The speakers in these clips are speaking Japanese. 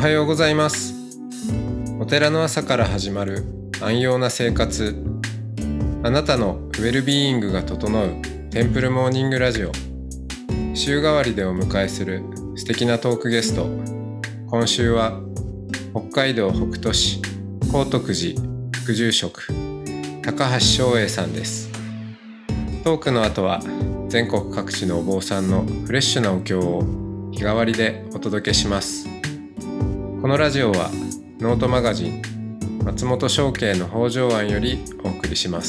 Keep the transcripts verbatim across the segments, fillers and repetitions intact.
はようございます。お寺の朝から始まる安養な生活、あなたのウェルビーイングが整うテンプルモーニングラジオ。週替わりでお迎えする素敵なトークゲスト。今週は北海道北斗市高徳寺副住職高橋翔英さんです。トークの後は全国各地のお坊さんのフレッシュなお経を日替わりでお届けします。このラジオはノートマガジン松本商家の北条庵よりお送りします。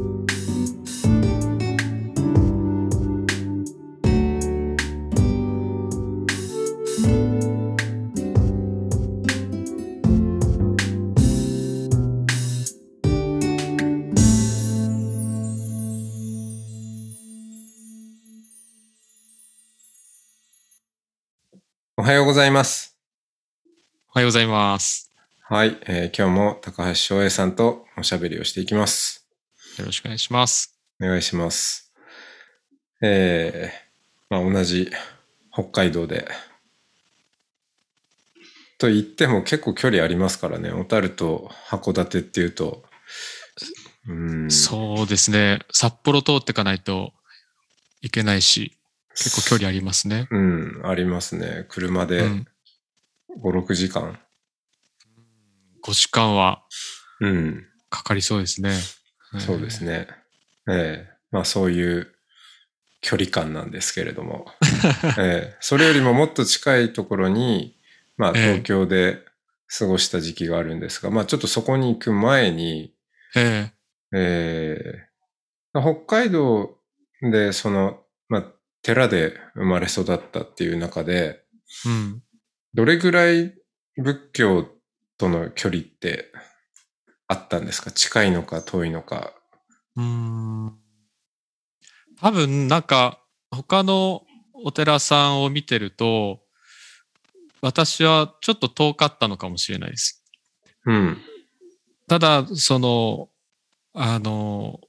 おはようございます。 おはようございます。 はい、えー、今日も高橋翔英さんとおしゃべりをしていきます。 よろしくお願いします。 お願いします。えー、まあ同じ北海道でと言っても結構距離ありますからね。小樽と函館っていうと、 うーん、そうですね。札幌通ってかないといけないし、結構距離ありますね。 うん、ありますね。車でご、ろくじかん。 ごじかんはうん、 かかりそうですね。 そうですね。えー、まあそういう距離感なんですけれども、えー、それよりももっと近いところに、まあ東京で過ごした時期があるんですが、えー、まあちょっとそこに行く前に、 えーえー、北海道でその、まあ寺で生まれ育ったっていう中で、 うん、 どれぐらい仏教との距離ってあったんですか？近いのか遠いのか。 うーん、多分なんか他のお寺さんを見てると、私はちょっと遠かったのかもしれないです。 うん。 ただ、その、あの、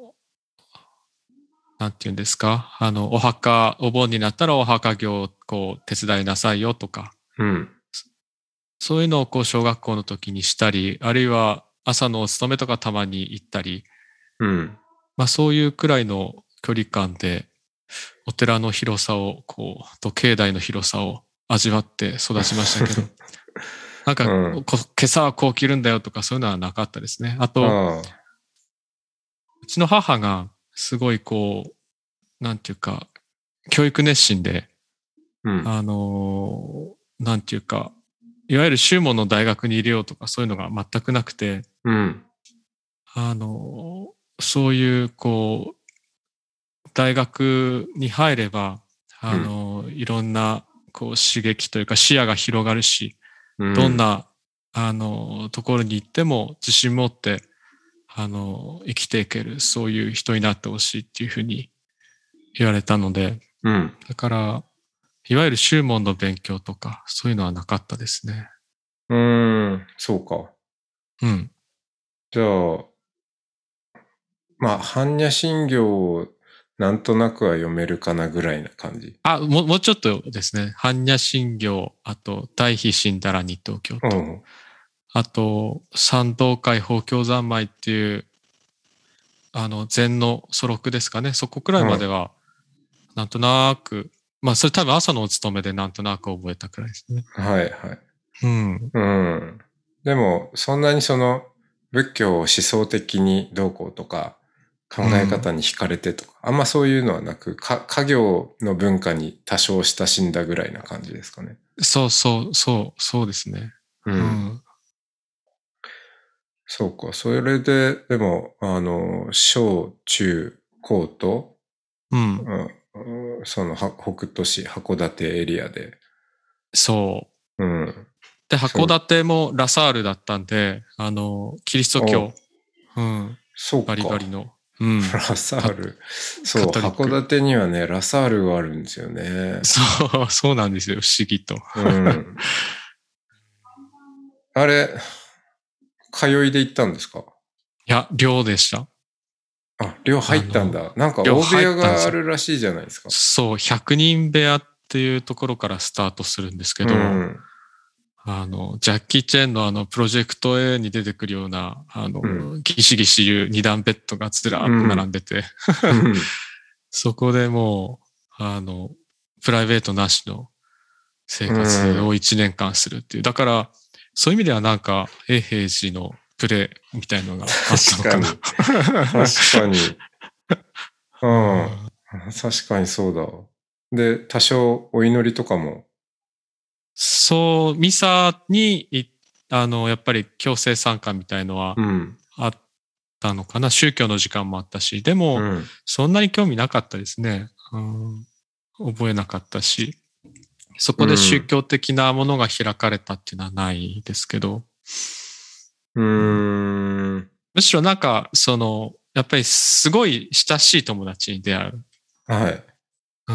なんて言うんですか、あの、お墓、お盆になったらお墓業をこう手伝いなさいよとか、 うん。 そういうのをこう小学校の時にしたり、あるいは朝のお勤めとかたまに行ったり、 うん。まあそういうくらいの距離感で、お寺の広さを、こう、と境内の広さを味わって育ちましたけど、なんか、うん、今朝はこう着るんだよとかそういうのはなかったですね。あと、あうちの母がすごいこう、なんていうか、教育熱心で、うん、あの、なんていうか、いわゆる宗門の大学に入れようとかそういうのが全くなくて、うん、あの、そういう、こう、大学に入れば、あの、うん、いろんな、こう、刺激というか視野が広がるし、うん、どんな、あの、ところに行っても自信持って、あの、生きていける、そういう人になってほしいっていうふうに言われたので、うん、だから、いわゆる宗門の勉強とか、そういうのはなかったですね。 うーん、そうか。 うん。 じゃあ、まあ、般若心経をなんとなくは読めるかなぐらいな感じ。 あ、もう、もうちょっとですね。般若心経、あと、大悲心だら日東経と、うん、あと、三道会法教三昧っていう、あの、禅の素録ですかね。そこくらいまでは、なんとなく、うん、まあ、それ多分朝のお勤めでなんとなく覚えたくらいですね。 はいはい。 うん。 うん。でも、そんなにその、仏教を思想的にどうこうとか、考え方に惹かれてとか、うん、あんまそういうのはなく、か家業の文化に多少親しんだぐらいな感じですかね。 そうそうそう、そうですね。 うん。うん、そうか。それで、でも、あの、小、中、高と、 うん。 うん、その、北斗市、函館エリアで。 そう。 うん。 で、函館もラサールだったんで、あの、キリスト教。うん。 そうか。 バリバリの。うん。 ラサール。そう、函館にはね、ラサールがあるんですよね。 そう、そうなんですよ。不思議と。 うん。あれ、通いで行ったんですか？ いや、寮でした。 あ、寮入ったんだ。なんか大部屋があるらしいじゃないですか。 そう、ひゃくにん部屋っていうところからスタートするんですけど、うん、 あの、ジャッキー・チェンのあの、プロジェクト A に出てくるような、あの、 うん、 ギシギシ言う二段ベッドがずらーっと並んでて、 うん、 そこでもう、あの、プライベートなしの生活を一年間するっていう。だから、そういう意味ではなんか、永平寺のプレイみたいのがあったのかな。 確かに。確かに。うん。確かにそうだ。で、多少お祈りとかも。 そう、ミサに、あの、やっぱり強制参加みたいのはあったのかな。うん、宗教の時間もあったし、でも、うん、そんなに興味なかったですね。うん、覚えなかったし、そこで宗教的なものが開かれたっていうのはないですけど。 うーん、 むしろなんか、その、やっぱりすごい親しい友達に出会う。 はい。 うん、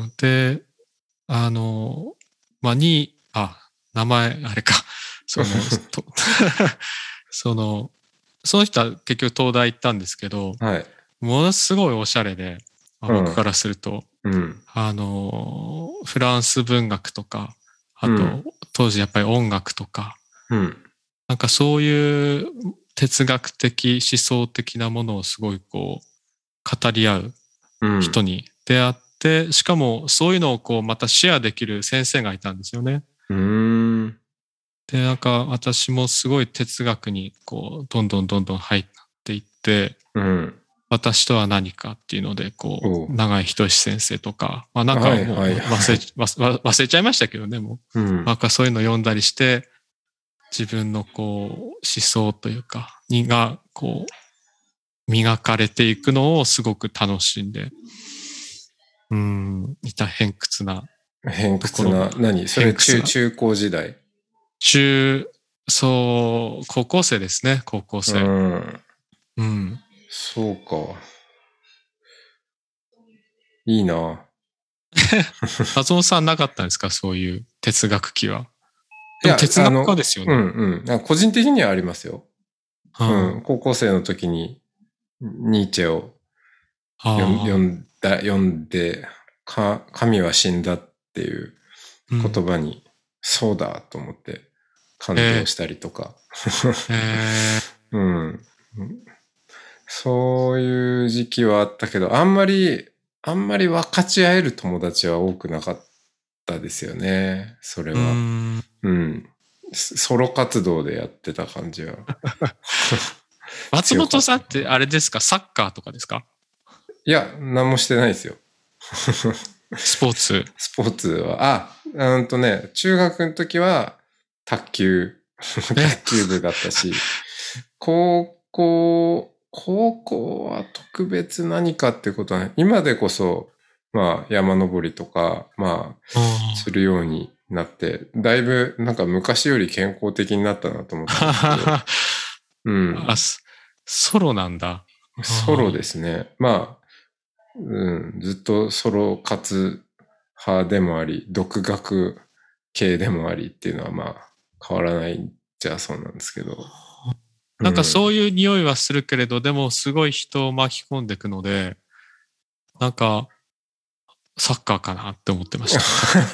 で、あの、まあ、に、あ、名前、あれか、その、その、その人は結局東大行ったんですけど、 はい、 ものすごいおしゃれで、まあ、僕からすると、 うん、 あの、フランス文学とか、あと、うん、当時やっぱり音楽とか、 うん、 なんかそういう哲学的思想的なものをすごいこう語り合う人に出会って、うん、しかもそういうのをこうまたシェアできる先生がいたんですよね。 うーん。 で、なんか私もすごい哲学にこうどんどんどんどん入っていって、 うん、 私とは何かっていうので、こう、長井仁先生とか、まあなんかもう忘れ、忘れちゃいましたけどね、もう。うん、なんかそういうの読んだりして、自分のこう、思想というか、にが、こう、磨かれていくのをすごく楽しんで、うん、いた偏屈な。 偏屈な、何それ中、中高時代中、そう、高校生ですね、高校生。うん。うん。 そうか。いいな。 松本さんなかったんですか、そういう哲学期は。でも哲学家ですよね。 うんうん。個人的にはありますよ。うん。高校生の時にニーチェを読んだ、読んで、か、神は死んだっていう言葉に、うん、そうだと思って感動したりとか。えー、うん。そういう時期はあったけど、あんまり、あんまり分かち合える友達は多くなかったですよね。それは。うん,、うん。ソロ活動でやってた感じは。 松本さんってあれですか、サッカーとかですか？ いや、何もしてないですよ。 スポーツスポーツは、あ、うんとね、中学の時は卓球、卓球部だったし、高校、高校は特別何かってことは、今でこそ、まあ山登りとか、まあ、するようになって、だいぶなんか昔より健康的になったなと思ったんですけど。うん。 あ、ソロなんだ。 ソロですね。まあ、うん、ずっとソロ活派でもあり、独学系でもありっていうのはまあ変わらないじゃあそうなんですけど。 なんかそういう匂いはするけれど、うん、でもすごい人を巻き込んでいくので、なんかサッカーかなって思ってました。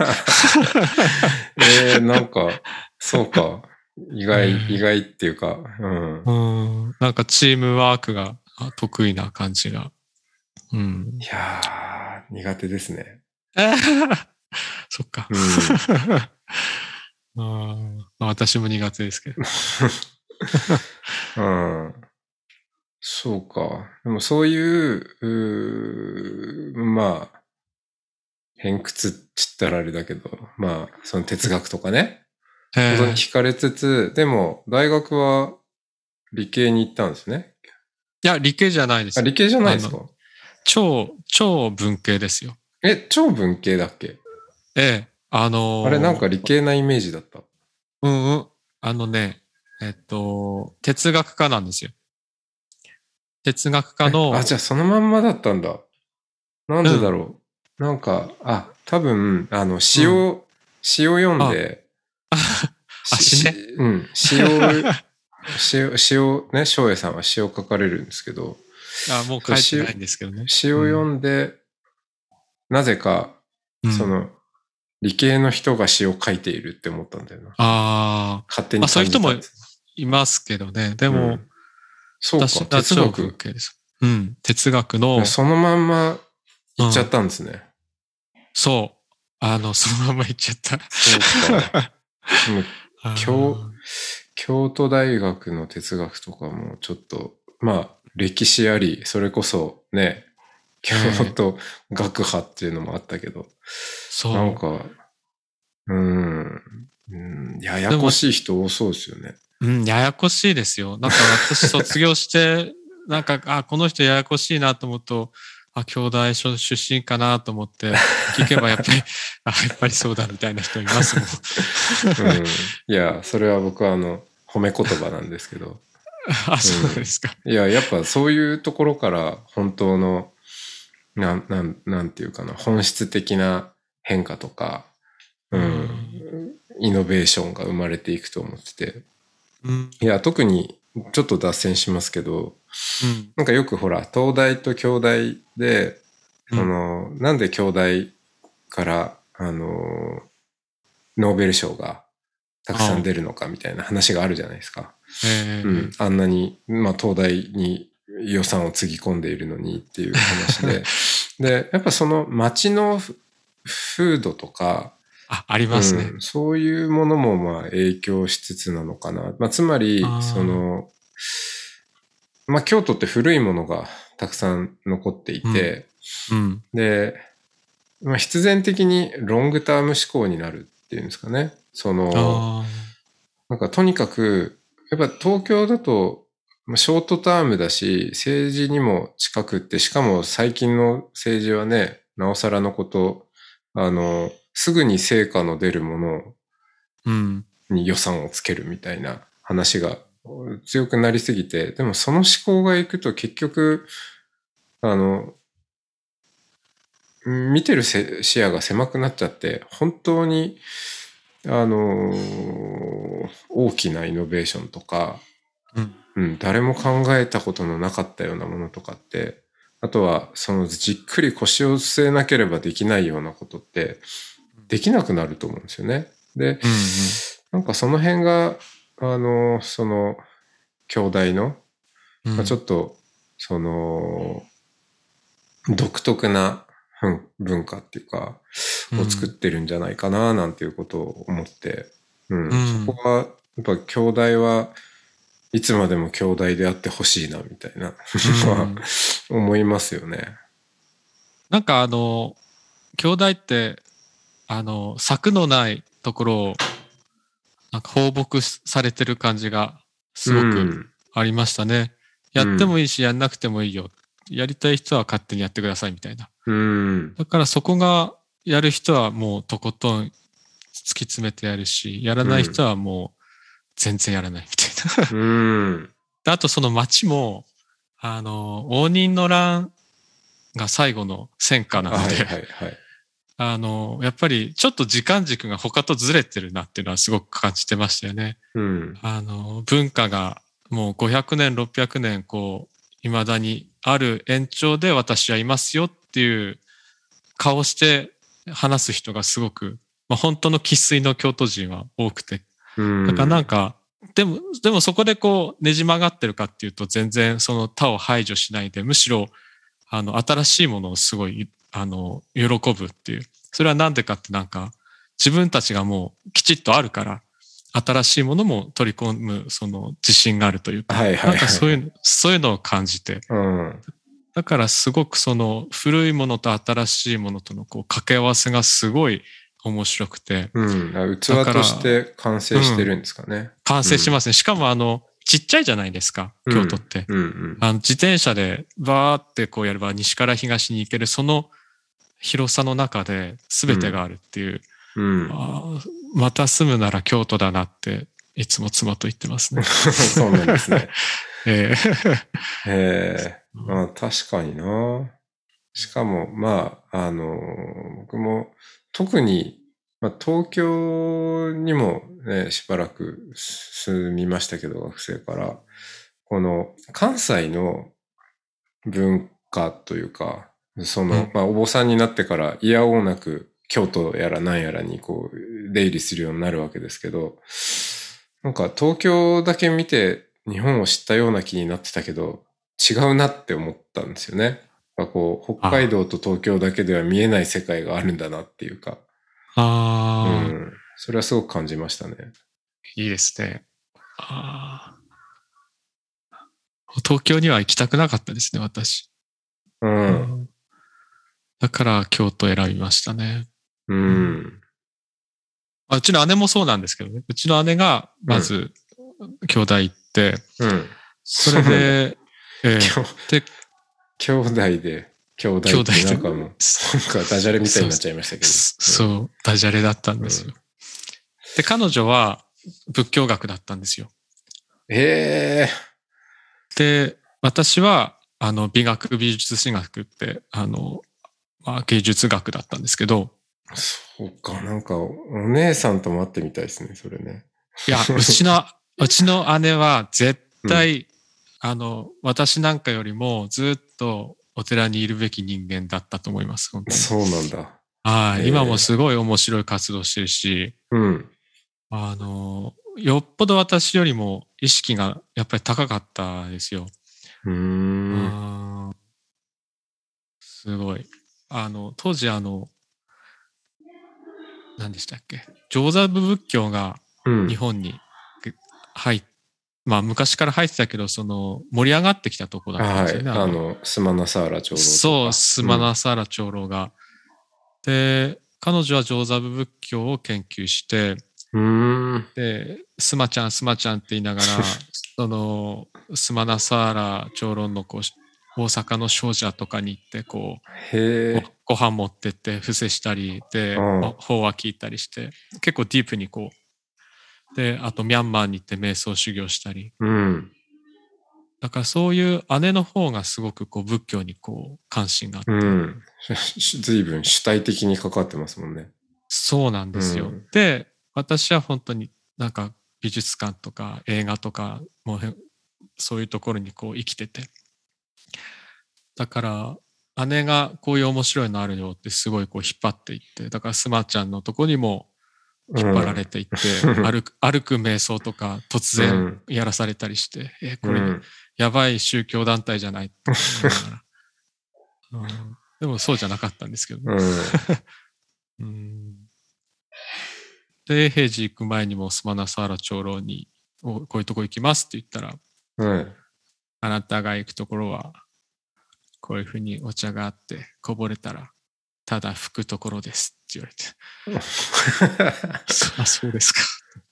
えー、なんか、そうか。意外、えー、意外っていうか、うん。 うん。なんかチームワークが得意な感じが。うん。 いやー、苦手ですね。 そっか。うん、あ、私も苦手ですけど。 うん。そうか。でもそういう、うまあ、偏屈って言ったらあれだけど、まあ、その哲学とかね、ことに惹かれつつ、でも、大学は理系に行ったんですね。 いや、理系じゃないです。 あ、理系じゃないですか？ 超、超文系ですよ。 え、超文系だっけ？ ええ、あのー、 あれなんか理系なイメージだった。 うんうん。あのね、えっと、哲学科なんですよ。哲学科の。 あ、じゃあそのまんまだったんだ。なんでだろう。うん、なんか、あ、多分、あの、詩を、うん、詩を読んで、 あ、詩ね。 うん、詩を、詩を、詩をね、翔英さんは詩を書かれるんですけど、 あ、もう書いてないんですけどね。 詩を読んで、うん、なぜか、その、 理系の人が詩を書いているって思ったんだよな。 ああ。 勝手にまあそういう人も感じたいますけどね。でも、 うん、そうか、 私哲学。 系です。うん。哲学の。 そのまんま行っちゃったんですね。うん、 そう。あの、そのまま行っちゃった。 そうか。京、京都大学の哲学とかもちょっと、まあ、歴史あり、それこそね、京都学派っていうのもあったけど、そう。なんか、うーん、うん、ややこしい人多そうですよね。 うん、ややこしいですよ。なんか私卒業して、なんか、あ、この人ややこしいなと思うと、あ、京大出身かなと思って聞けばやっぱり、あ、やっぱりそうだみたいな人いますもん。うん、 いや、それは僕はあの、褒め言葉なんですけど。 あ、そうですか、 うん。いや、やっぱそういうところから本当の、なん、なん、なんていうかな、本質的な変化とか、うん、うん、イノベーションが生まれていくと思ってて。うん、いや、特にちょっと脱線しますけど、うん、なんかよくほら、東大と京大で、うん、その、なんで京大から、あの、ノーベル賞がたくさん出るのかみたいな話があるじゃないですか。うん、あんなに、まあ、東大に予算をつぎ込んでいるのにっていう話で。で、やっぱその街の風土とか、 あ、ありますね、 うん。そういうものもまあ影響しつつなのかな。まあ、つまり、その、まあ、京都って古いものがたくさん残っていて、うんうん、で、まあ、必然的にロングターム思考になるっていうんですかね。その、なんかとにかく、やっぱ東京だと、まあ、ショートタームだし、政治にも近くって、しかも最近の政治はね、なおさらのこと、あの、すぐに成果の出るものに予算をつけるみたいな話が強くなりすぎて、でもその思考がいくと結局、あの、見てる視野が狭くなっちゃって、本当に、あのー、大きなイノベーションとか、うんうん、誰も考えたことのなかったようなものとかって、あとは、そのじっくり腰を据えなければできないようなことって、できなくなると思うんですよね。で、うんうん、なんかその辺が、あの、その、兄弟の、まあ、ちょっと、その、独特な文化っていうか、を作ってるんじゃないかな、なんていうことを思って、うん、うん、そこは、やっぱ兄弟はいつまでも兄弟であってほしいな、みたいな、うん、思いますよね。 なんかあの、兄弟って、あの、策のないところを、なんか放牧されてる感じがすごくありましたね。うん、やってもいいし、やんなくてもいいよ。やりたい人は勝手にやってくださいみたいな。うん、だからそこがやる人はもうとことん突き詰めてやるし、やらない人はもう全然やらないみたいな。うん、あとその街も、あの、応仁の乱が最後の戦果なので、はいはいはい、あの、やっぱりちょっと時間軸が他とずれてるなっていうのはすごく感じてましたよね。うん、あの、文化がもうごひゃくねん、ろっぴゃくねん、こう、未だにある延長で私はいますよっていう顔して話す人がすごく、まあ、本当の生粋の京都人は多くて。うん、だからなんか、でも、でもそこでこうねじ曲がってるかっていうと全然その他を排除しないで、むしろあの新しいものをすごいあの喜ぶっていう。それはなんでかってなんか自分たちがもうきちっとあるから新しいものも取り込むその自信があるというか、はいはいはい、なんかそういうそういうのを感じて、うん、だからすごくその古いものと新しいものとのこう掛け合わせがすごい面白くて、 うん、器として完成してるんですかね。うん、 完成しますね。うん、しかもあのちっちゃいじゃないですか、京都って。うんうんうん、あの自転車でバーってこうやれば西から東に行けるその広さの中で全てがあるっていう、うんうん、あまた住むなら京都だなっていつも妻と言ってますね。 そうなんですね。えー、えー、まあ確かにな。しかもまあ、あの、僕も特に、まあ、東京にもね、しばらく住みましたけど、学生から。この関西の文化というか、その、うん、まあ、お坊さんになってから、いやおうなく京都やら何やらにこう出入りするようになるわけですけど、なんか東京だけ見て日本を知ったような気になってたけど、違うなって思ったんですよね。なんかこう北海道と東京だけでは見えない世界があるんだなっていうか、 ああ、 うん、それはすごく感じましたね。 いいですね。あ東京には行きたくなかったですね、私。 うん。 うん、だから京都選びましたね。 うん。うん、 うちの姉もそうなんですけどね。うちの姉がまず兄弟行って、 うん。 それで、えー、で兄弟で、兄弟ってなんかもう、なんかダジャレみたいになっちゃいましたけど。 そう、うん、そうダジャレだったんですよ。うん、で、彼女は仏教学だったんですよ。 へえ。 で、私は、あの、美学美術史学って、あの、まあ、芸術学だったんですけど。 そうか、なんか、お姉さんとも会ってみたいですね、それね。 いや、うちの、うちの姉は絶対、うん、あの、私なんかよりもずっとお寺にいるべき人間だったと思います、本当に。 そうなんだ。 はい。今もすごい面白い活動してるし、 うん。 あの、よっぽど私よりも意識がやっぱり高かったですよ。 うーん。 すごい。あの、当時あの、何でしたっけ、上座部仏教が日本に入っ、うん、まあ昔から入ってたけど、その盛り上がってきたとこだったんですよね。 はい、あの、スマナサーラ長老とか。 そう、スマナサーラ長老が。うん、で、彼女は上座部仏教を研究して、 うーん、 で、スマちゃん、スマちゃんって言いながら、その、スマナサーラ長老のこう、大阪の少女とかに行って、こう、 へご, ご飯持ってって伏せしたり、で、法話聞いたりして、結構ディープにこう、で、あとミャンマーに行って瞑想修行したり。 うん。 だからそういう姉の方がすごくこう仏教にこう関心があって。うん。 随分主体的に関わってますもんね。 そうなんですよ。うん、で、私は本当になんか美術館とか映画とかもうそういうところにこう生きてて。だから姉がこういう面白いのあるよってすごいこう引っ張っていって、だからスマちゃんのとこにも引っ張られていって、うん、歩く、歩く瞑想とか突然やらされたりして、うん、え、これやばい宗教団体じゃないって思いながら、うん、でもそうじゃなかったんですけどね。うん、で、平時行く前にもスマナサーラ長老に、こういうとこ行きますって言ったら、うん、あなたが行くところは、こういうふうにお茶があってこぼれたら、ただ拭くところですって言われて。あ、そうですか。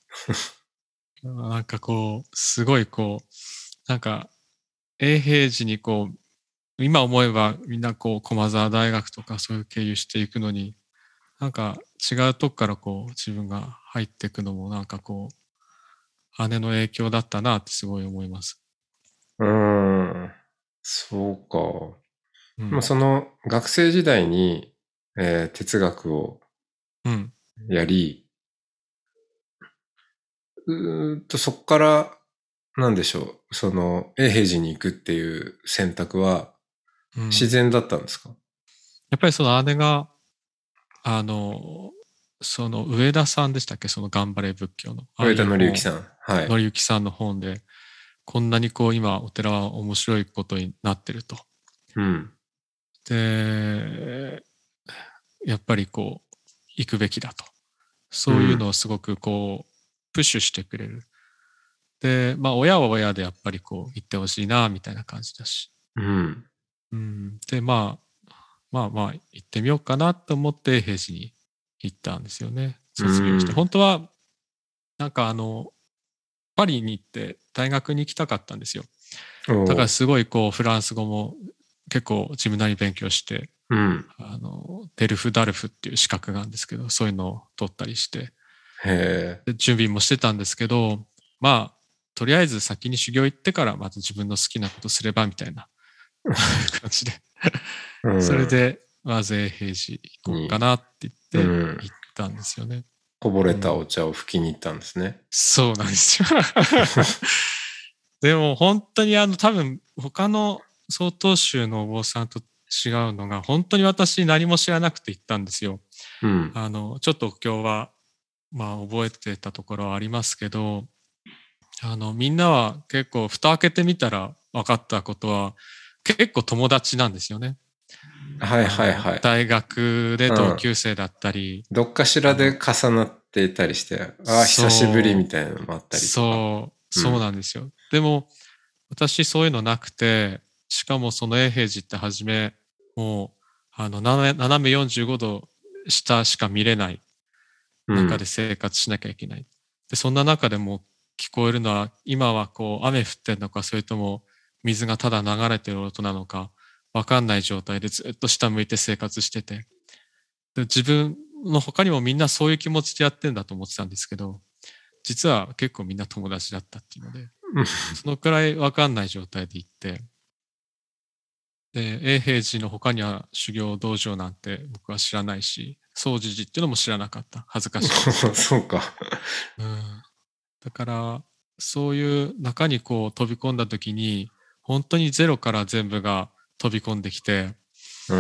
なんかこう、すごいこう、なんか、永平寺にこう、今思えばみんなこう、駒沢大学とかそういう経由していくのに、なんか違うとこからこう、自分が入っていくのもなんかこう、姉の影響だったなってすごい思います。 うーん、そうか。うん、まあその学生時代に、えー、哲学をやり、うん、うーんとそこからなんでしょう、その永平寺に行くっていう選択は自然だったんですか？うん、 やっぱりその姉があのその上田さんでしたっけ、その頑張れ仏教の上田紀之さん、 はい、紀之さんの本でこんなにこう今お寺は面白いことになってると。うん、で、やっぱりこう行くべきだと。そういうのをすごくこうプッシュしてくれる。で、まあ親は親でやっぱりこう行ってほしいなみたいな感じだし。うん。うん、で、まあまあまあ行ってみようかなと思って平時に行ったんですよね。卒業して。本当はなんかあのパリに行って大学に行きたかったんですよ。だからすごいこうフランス語も結構自分なりに勉強して、うん、あのデルフ・ダルフっていう資格があるんですけど、そういうのを取ったりしてへで準備もしてたんですけど、まあとりあえず先に修行行ってからまず自分の好きなことすればみたいな感じでうん、それでまず永平寺行こうかなって言って行ったんですよね。 こぼれたお茶を拭きに行ったんですね。うん、 そうなんですよ。でも本当にあの多分他の曹洞宗のお坊さんと違うのが、本当に私何も知らなくて行ったんですよ。 うん、 あの、ちょっとお経は、まあ覚えてたところはありますけど、あの、みんなは結構蓋開けてみたら分かったことは、結構友達なんですよね。 はいあの、 はいはい。 大学で同うん。 級生だったり、 どっかしらであの、 重なっていたりして、ああ、久しぶりみそう、 たいなのもあったりとか。 そう、そううん。 なんですよ。でも、私そういうのなくて、しかもその永平寺ってはじめ、もう、あの、斜め斜めよんじゅうごど下しか見れないうん。 中で生活しなきゃいけない。で、そんな中でも聞こえるのは、今はこう、雨降ってんのか、それとも水がただ流れてる音なのか、わかんない状態でずっと下向いて生活してて、で自分の他にもみんなそういう気持ちでやってんだと思ってたんですけど、実は結構みんな友達だったっていうので、そのくらいわかんない状態で行って、で、永平寺の他には修行道場なんて僕は知らないし、総持寺っていうのも知らなかった。恥ずかしいですけど。 そうか。 うん。だから、そういう中にこう飛び込んだ時に、本当にゼロから全部が飛び込んできて、 うん。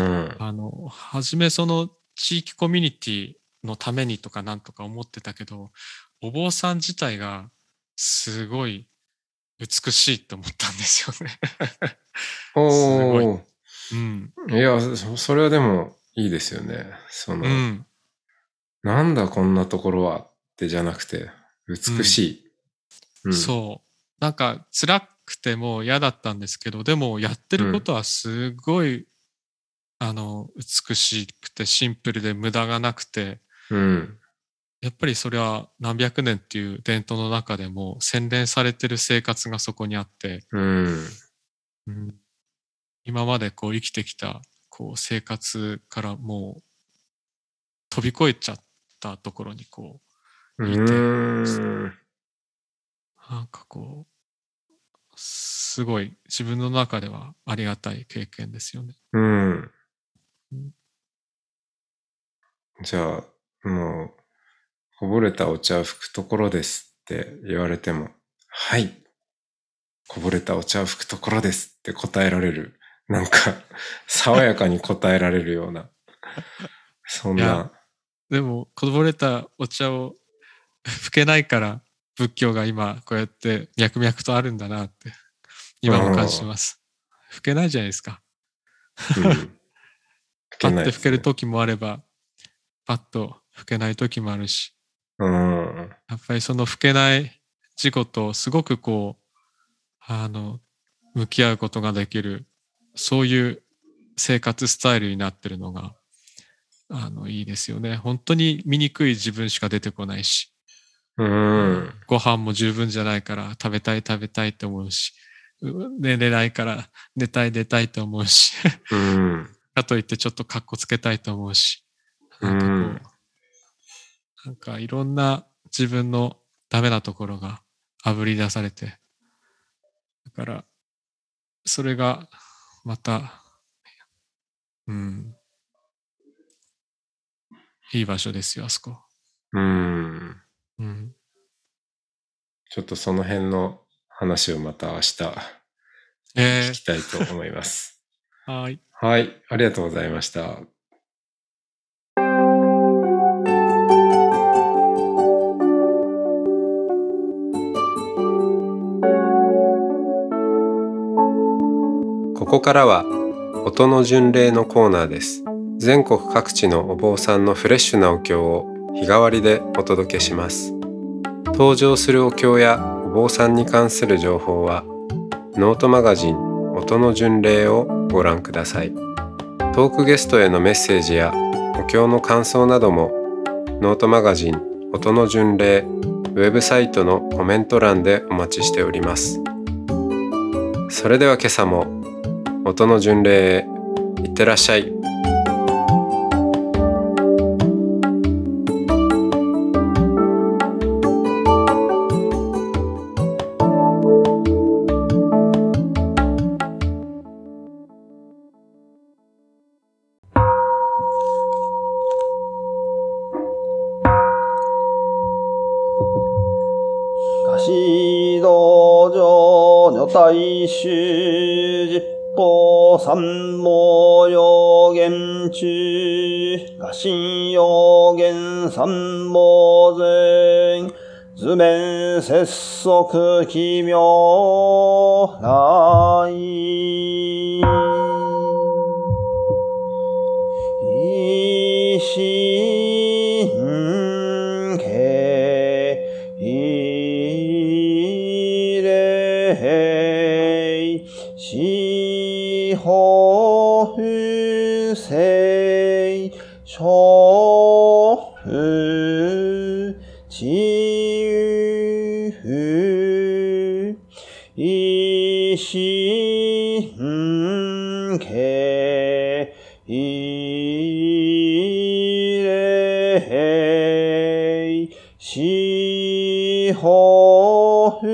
あの、初めその地域コミュニティのためにとかなんとか思ってたけど、お坊さん自体がすごい美しいって思ったんですよね。すごい。 おー。 うん。 いや、そそれはでもいいですよね。その、 うん。 なんだこんなところはってじゃなくて、美しうん。 い。うん。 そう。なんか辛くても嫌だったんですけど、でもやってうん。 ることはすごい、あの、美しくてシンプルで無駄がなくて、 うん。 やっぱりそれは何百年っていう伝統の中でも洗練されてる生活がそこにあって、 うん。 うん、今までこう生きてきたこう生活からもう飛び越えちゃったところにこうういて、 ーん。 なんかこう、すごい自分の中ではありがたい経験ですよね。 うん。 うん、 じゃあ、もう、こぼれたお茶を拭くところですって言われても、はい、こぼれたお茶を拭くところですって答えられる。なんか、爽やかに答えられるような、そいや、 んな、 でもこぼれたお茶を拭けないから仏教が今こうやって脈々とあるんだなってう今も感じてん、 ます。拭けないじゃないですか。 うん、拭けパッないですね。 と拭ける時もあれば、パッと拭けない時もあるし、 うん、 やっぱりその拭けない事故とすごくこう、あの、向き合うことができる、そういう生活スタイルになってるのが、あの、いいですよね。本当に醜い自分しか出てこないし、 うあの、 ん、 ご飯も十分じゃないから食べたい食べたいと思うし、寝れないから寝たい寝たいと思うし、 うん、 かといってちょっとカッコつけたいと思うし、 うなんかこん、 う、なんかいろんな自分のダメなところが炙り出されて、だから、それがまた、うん、いい場所ですよ、あそこ。 うん。 うん。 ちょっとその辺の話をまた明日聞えきたいと思います。 ー、はい。 はい、ありがとうございました。ここからは音の巡礼のコーナーです。全国各地のお坊さんのフレッシュなお経を日替わりでお届けします。登場するお経やお坊さんに関する情報はノートマガジン音の巡礼をご覧ください。トークゲストへのメッセージやお経の感想などもノートマガジン音の巡礼ウェブサイトのコメント欄でお待ちしております。それでは今朝も音の巡礼へいってらっしゃい。 菓子道場女大衆寺法三毛用言中、画心用言三毛前、図面節足奇妙来。一心経一礼四法不正諸不自由一心経一礼四法不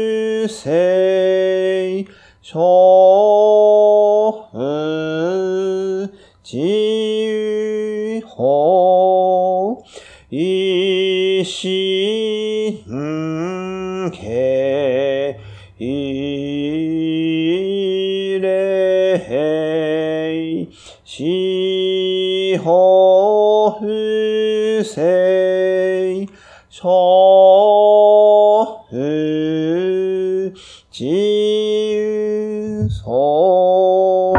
正諸不自由法一心経一礼四法不正諸不自由法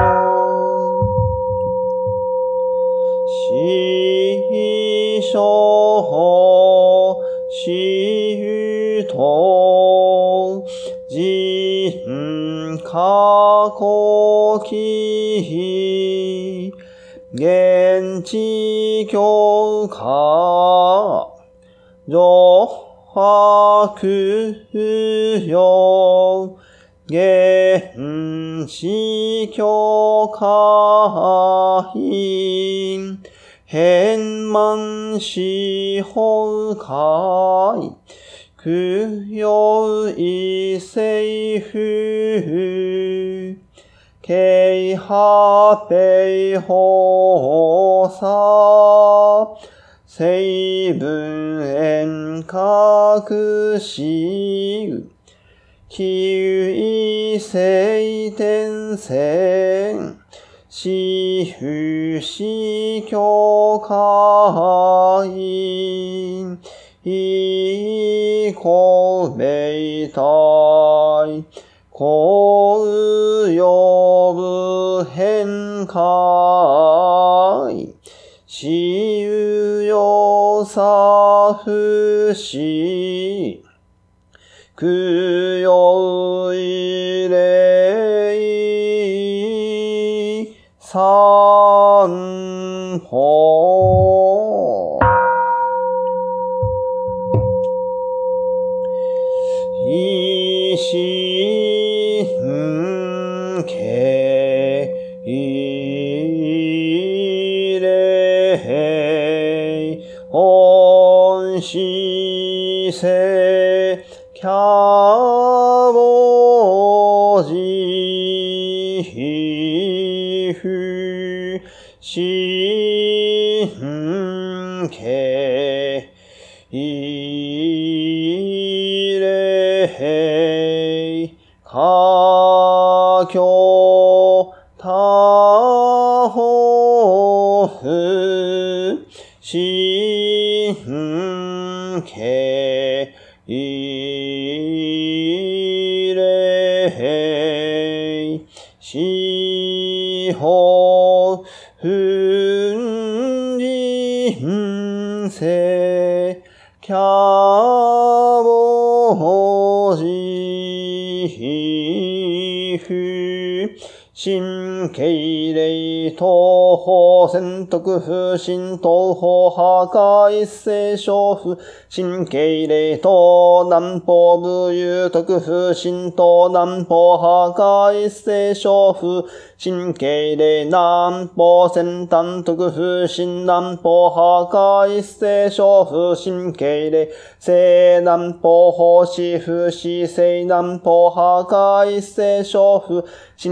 四書四等人過去期現地教化上白用現地教化因変満四法界供養一世風慶波米法差成分遠隔し九異性転生四不四教会以公明体公用部変界私有用差不死供養異例三法一心経一礼恩師世キャボジヒフシンケイレイカキョタホフシンケ一礼四法分人世キャボジヒフ神経霊東方潜徳不神東方破壊一世小不神経霊東南方武勇徳不神東南方破壊一世小不神経霊南方先端徳不神南方破壊一世小不神経霊西南方法師不死西南方破壊一世小不神経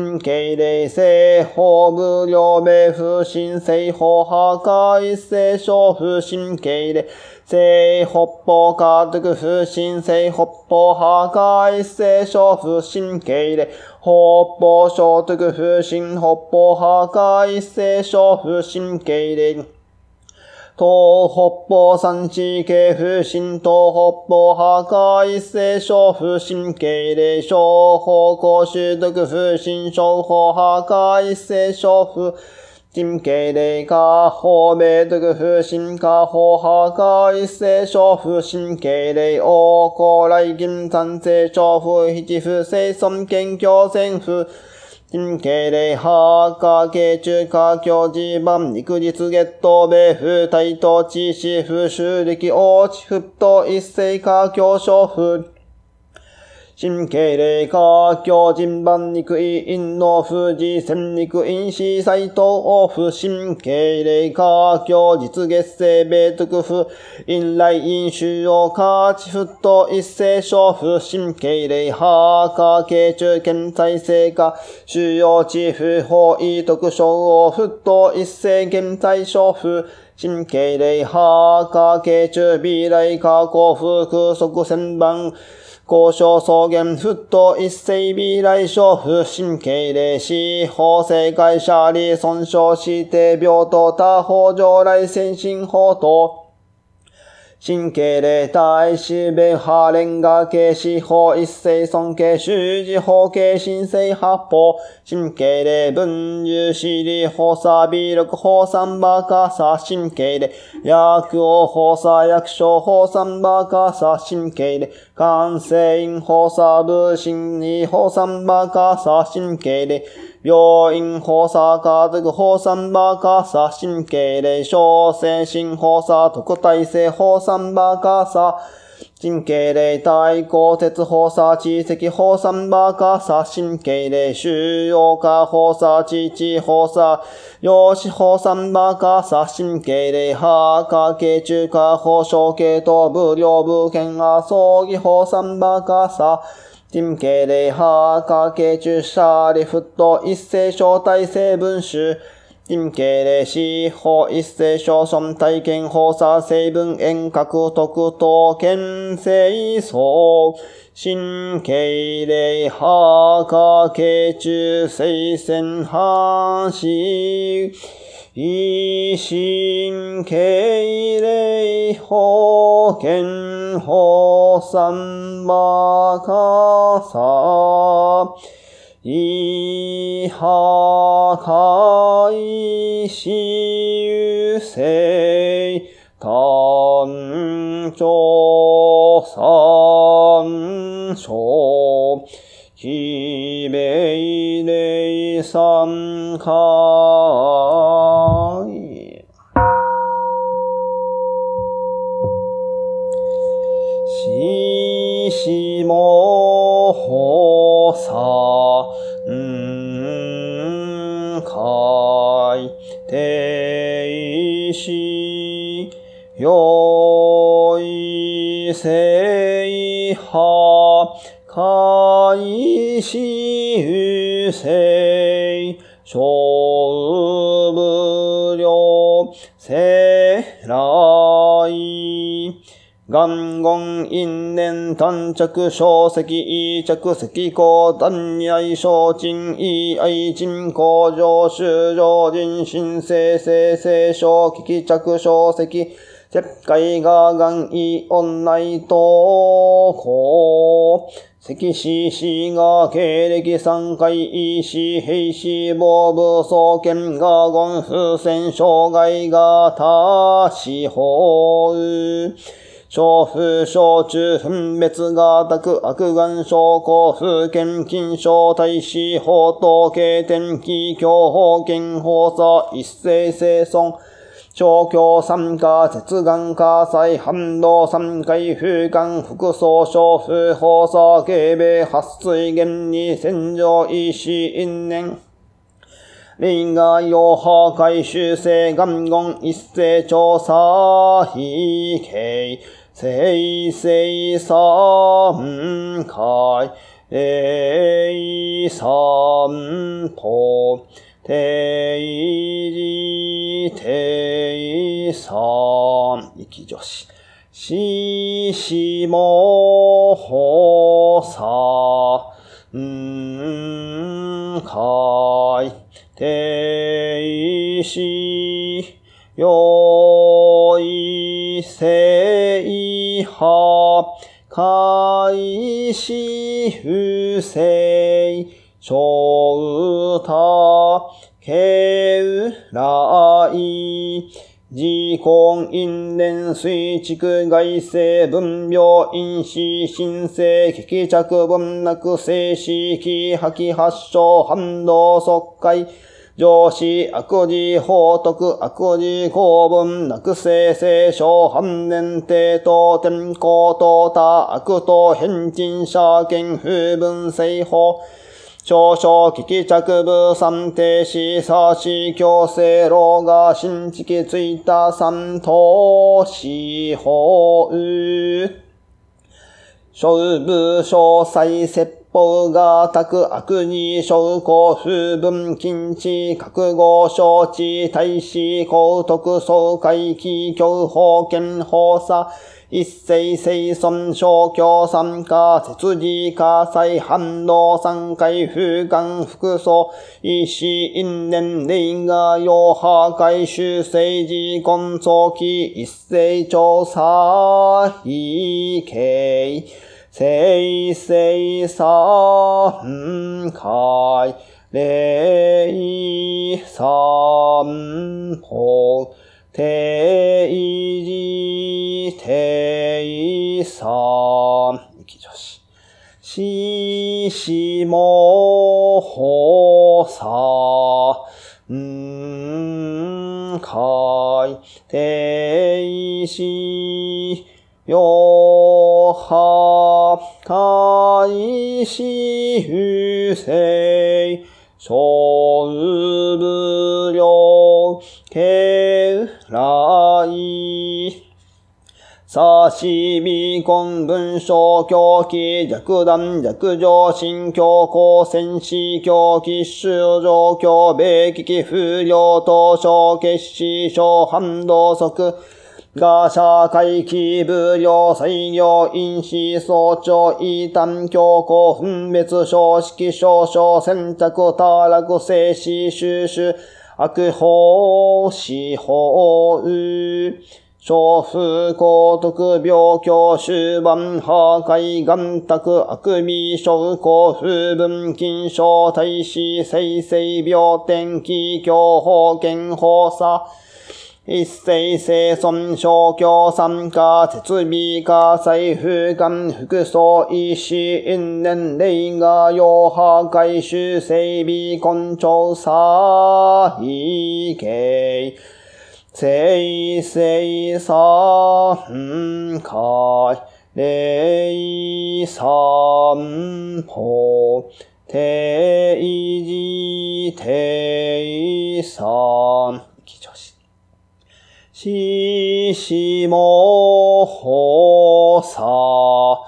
敬礼正法無量名不信正法破壊聖書不信敬礼正北方家督不信正北方破壊聖書不信敬礼北方聖徳不信北方破壊聖書不信敬礼東北方三地系不信東北方破壊聖書不信敬礼小方公衆徳不信小方破壊聖書不信敬礼下方明徳不信下方破壊聖書不信敬礼王公来金三世長不七不生尊謙教戦不信敬礼下下慶中下教地盤肉日月頭米不大東地市不修力王地不と一世下教書不信敬礼下教人番肉位陰の富士戦肉陰市斎藤不信敬礼下教実月生米徳不陰来陰主要下地不と一世小不信敬礼下下慶中県再生下主要地不法意徳小不と一世現在小不信敬礼下下慶中未来下降不空即千番交渉草原沸騰一世未来小不信敬礼し法制会社理損傷して病棟他法上来先進法等信敬礼大使弁派連が形司法一世尊敬修持法形神聖八法信敬礼文殊司理法差微力法三馬カサ信敬礼薬王法差薬所法三馬カサ信敬礼関西院法差部信二法三馬カサ信敬礼病院法差家族法三馬カサ信敬礼小精神法差特待生法三馬カサ信敬礼大公鉄法差地石法三馬カサ信敬礼収容家法差地地法差養子法三馬カサ信敬礼派家系中華法小系と無料部権が葬儀法三馬カサ信敬礼派家系中シリフット一世小体制文集信敬礼司法一世小尊体験法差成分遠隔特等県政層信敬礼派家系中聖戦派し維新敬礼法権法三馬カサイハカイシユセイ単調三章ひべいれい三回ししもほさんかいていしよいせいはかいしゆせいしょうぶりょうせらい元言因縁短着小石異着石膏断愛小鎮異愛鎮工場修上人新生生生小危機着小石石灰が元異音内等公石死死が経歴三回異死兵死防部総研が言風船障害が他司法小風小中分別が宅悪願小公風剣金小大使法等経典気境法権法差一斉生存小教三下絶願火災反動三回風間副総小風法差警備発水源に戦場意思因縁例外用破壊修正元言一斉調査非形生成三回霊三法、定時定三、息助詞。ししもほさ、んかい、ていし、よいせいは、かいしふせい、しょうた、けうらい、自根因縁水畜外生分病因子心性危機着分なく静止気破棄発症反動即解上司悪事法徳悪事公文なく生聖書反念帝と天候と他悪と変人者権風分性法少々危機着部三停止差し強制老が新地ついた三等司法小部詳細説法が宅悪事小公風分禁止覚悟承知大使公徳総会期強法権法差一世生存小教参加設置火災反動三回風間複素意思因縁霊が陽破壊修正時根早期一世調査異形生生三回霊三法定時定三息助詞ししもほさんかい定しよはかいしふせいしょうぶりょうけうらいさしびこん文章狂気弱弾弱上心強行戦士狂気修上強米危機不良等小決死小反動則が社会規部領採用因子総長異端強行分別小式少々選択多落静止収集悪法司法小風高徳病境終盤破壊眼卓悪美小高風分金小大使生成病天気強法健法差一世生存小教参加設備火災風間複素意思因縁霊が陽破壊修整備根調査異形生成三回霊三法定時定三息助詞ししもほさ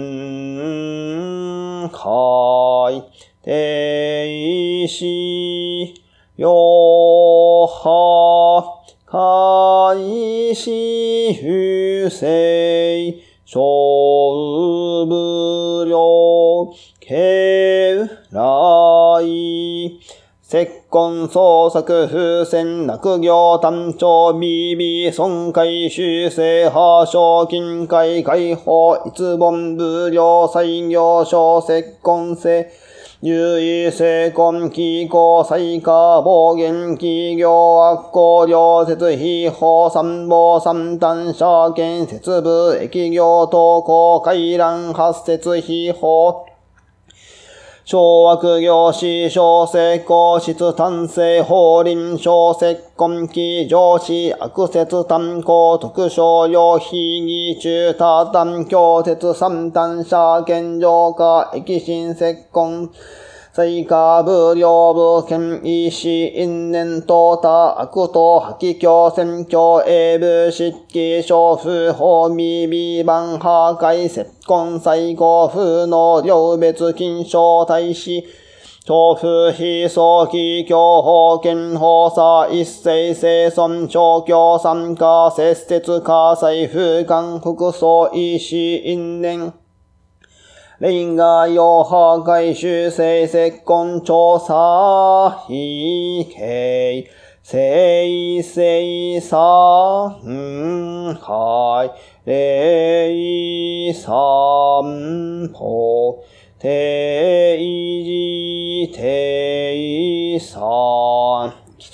んかいていしよはかいしふせいしょうぶりょうけうらい結婚創作風船落業単調ビビ損壊修正破傷金塊解放一本無料採業小結婚性優位成婚機構再化暴言企業悪行量設費法参謀三端社建設部疫業投稿回覧発設費法小悪業師小成功質単性法輪小結婚期上司悪説単行特商用非義中多単強鉄三単社建上化疫心結婚在家部領部県医師因縁等他悪等破棄教宣教英部執記小風法未備番破壊接根最高風の両別金賞大使豆腐非早期教法権法差一世生存長教参加節節火災風間服装医師因縁霊が用破壊修正結婚調査非形生生三回霊三法定時定三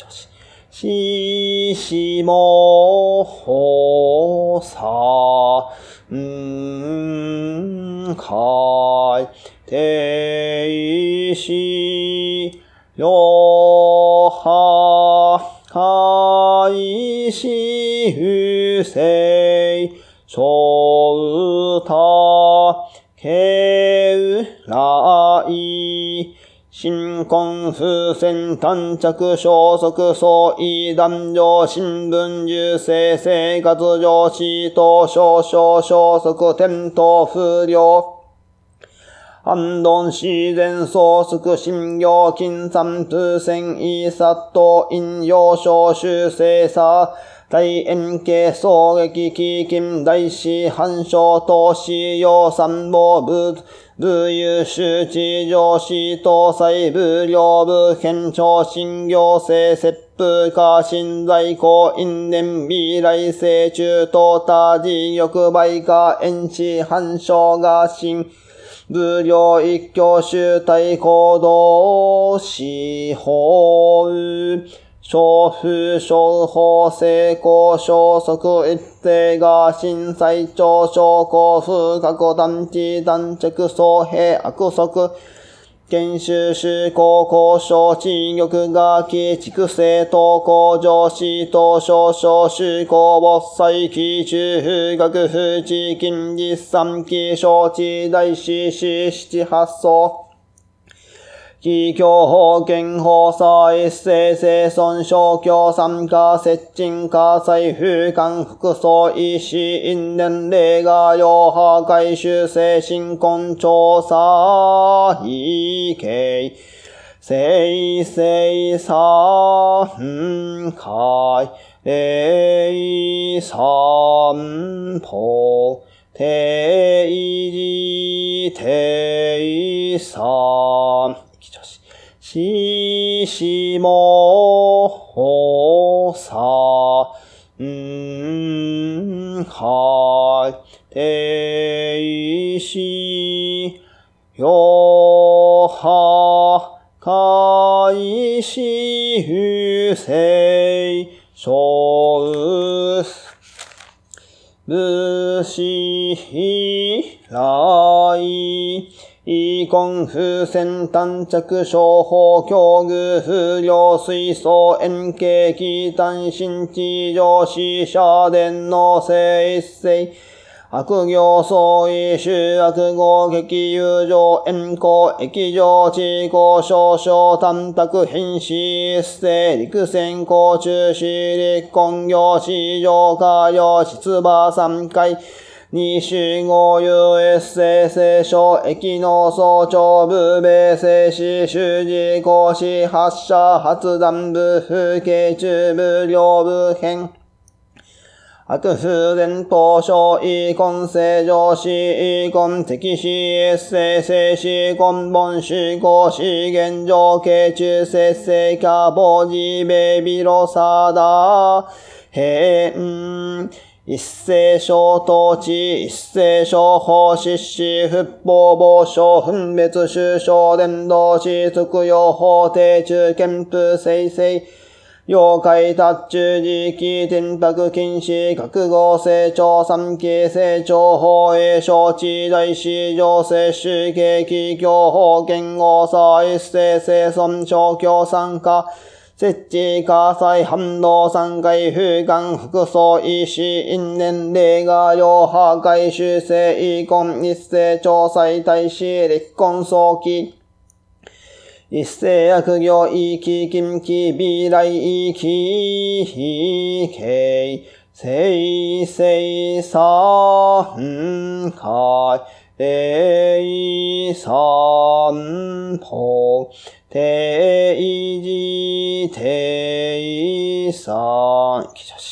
ししもほさんかいていしよはかいしふせいしょうたけうらい新婚風船短着消息相違男女新聞受精生活上司等少々消息転倒不良安頓自然創作信用金三風船異殺等引用小修正差大円形衝撃基金大師反証投資用参謀部部有周知上司搭載部領部県庁新行政切符化新在庫因縁未来性中等他事欲売化遠視反証が新部領一挙集体行動司法小風小法成功消息一定が震災庁証拠風格団地団着総兵悪則研修施行交渉地玉がき畜生等工上司等少々施行没災期中学府地金実産期承知大師四七八層企業法権法差一斉生存小教参加接近火災風間服装医師因縁霊が用破壊修正新婚調査異形生生三回霊三法定時定三ししもほさんかいていしよはかいしふせいしょうぶしひらい遺根風船短着商法境遇不良水素円形気単新地上死者伝の性一世悪行相違修悪合激友情円光液上地高少々短卓変死一世陸線高中死立根行市場下用出馬三回二種合有エッセイ聖書駅の総長部米静止主事講師発射発弾部風景中部両部編悪風伝統書遺根正常史遺根敵史エッセイ聖史根本史講師現状形中節制化防止ベビロサダ変一斉小統治、一斉小法実施、復法防止、分別収賞伝道し、特用法定中憲風生成、妖怪達中時期転泊禁止、覚悟成長三期成長法営承知大師上世主景気教法言語差一斉生存小教参加、設置火災反応三回風間服装医師因縁霊が用破壊修正遺根一斉調査大使立根早期一世悪行意気近畿未来意気形生生三回霊三法定時定三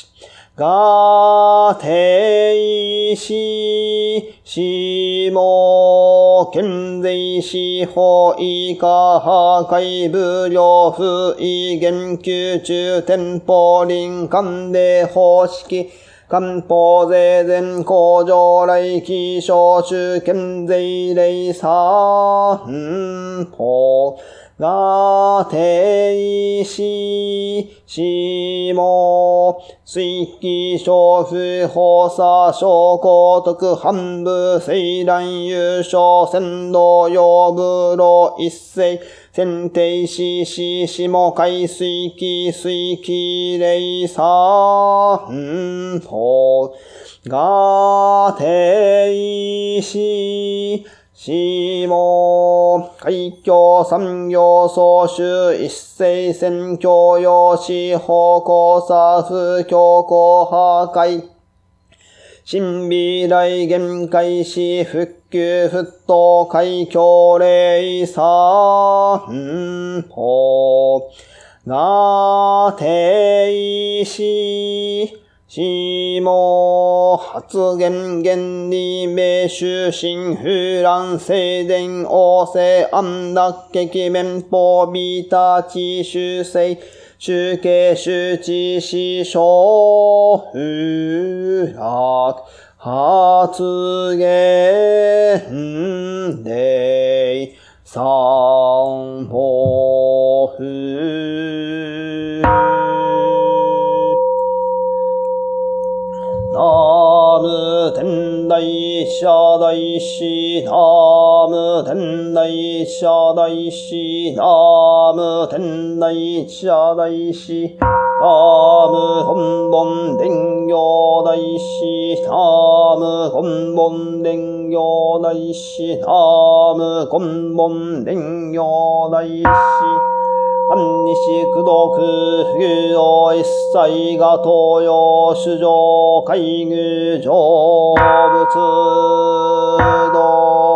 が定ししも現在司法以下破壊無料不意言及中店舗林間で方式官報税前工場来期小中県税令三法が定ししも水気小不法差小公徳半部西蘭優勝仙道用風呂一世選定しししも海水気水気霊三法が定ししも、海峡産業総集一斉選教養士方向差不強行破壊。新未来限界し復旧沸騰海峡令三法が定し、しも、発言原理名終身風乱静電王政安楽劇面法ビータ地修正集計周知思小風楽発言令三法風ナム天台社大師ナム天台社大師ナム天台社大師ナム本本伝行大師ナム本本伝行大師ナム本本伝行大師半日苦毒不義を一切が東洋主上海具成仏道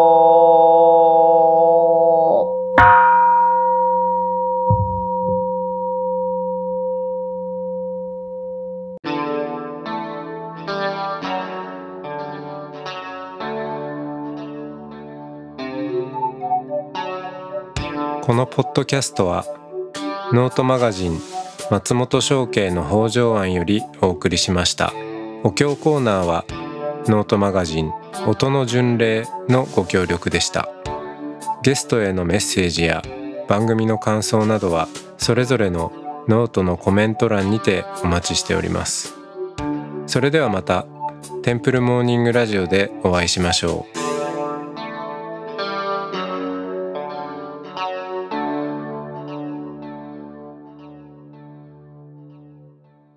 このポッドキャストはノートマガジン松本商家の北条庵よりお送りしました。お経コーナーはノートマガジン音の巡礼のご協力でした。ゲストへのメッセージや番組の感想などはそれぞれのノートのコメント欄にてお待ちしております。それではまたテンプルモーニングラジオでお会いしましょう。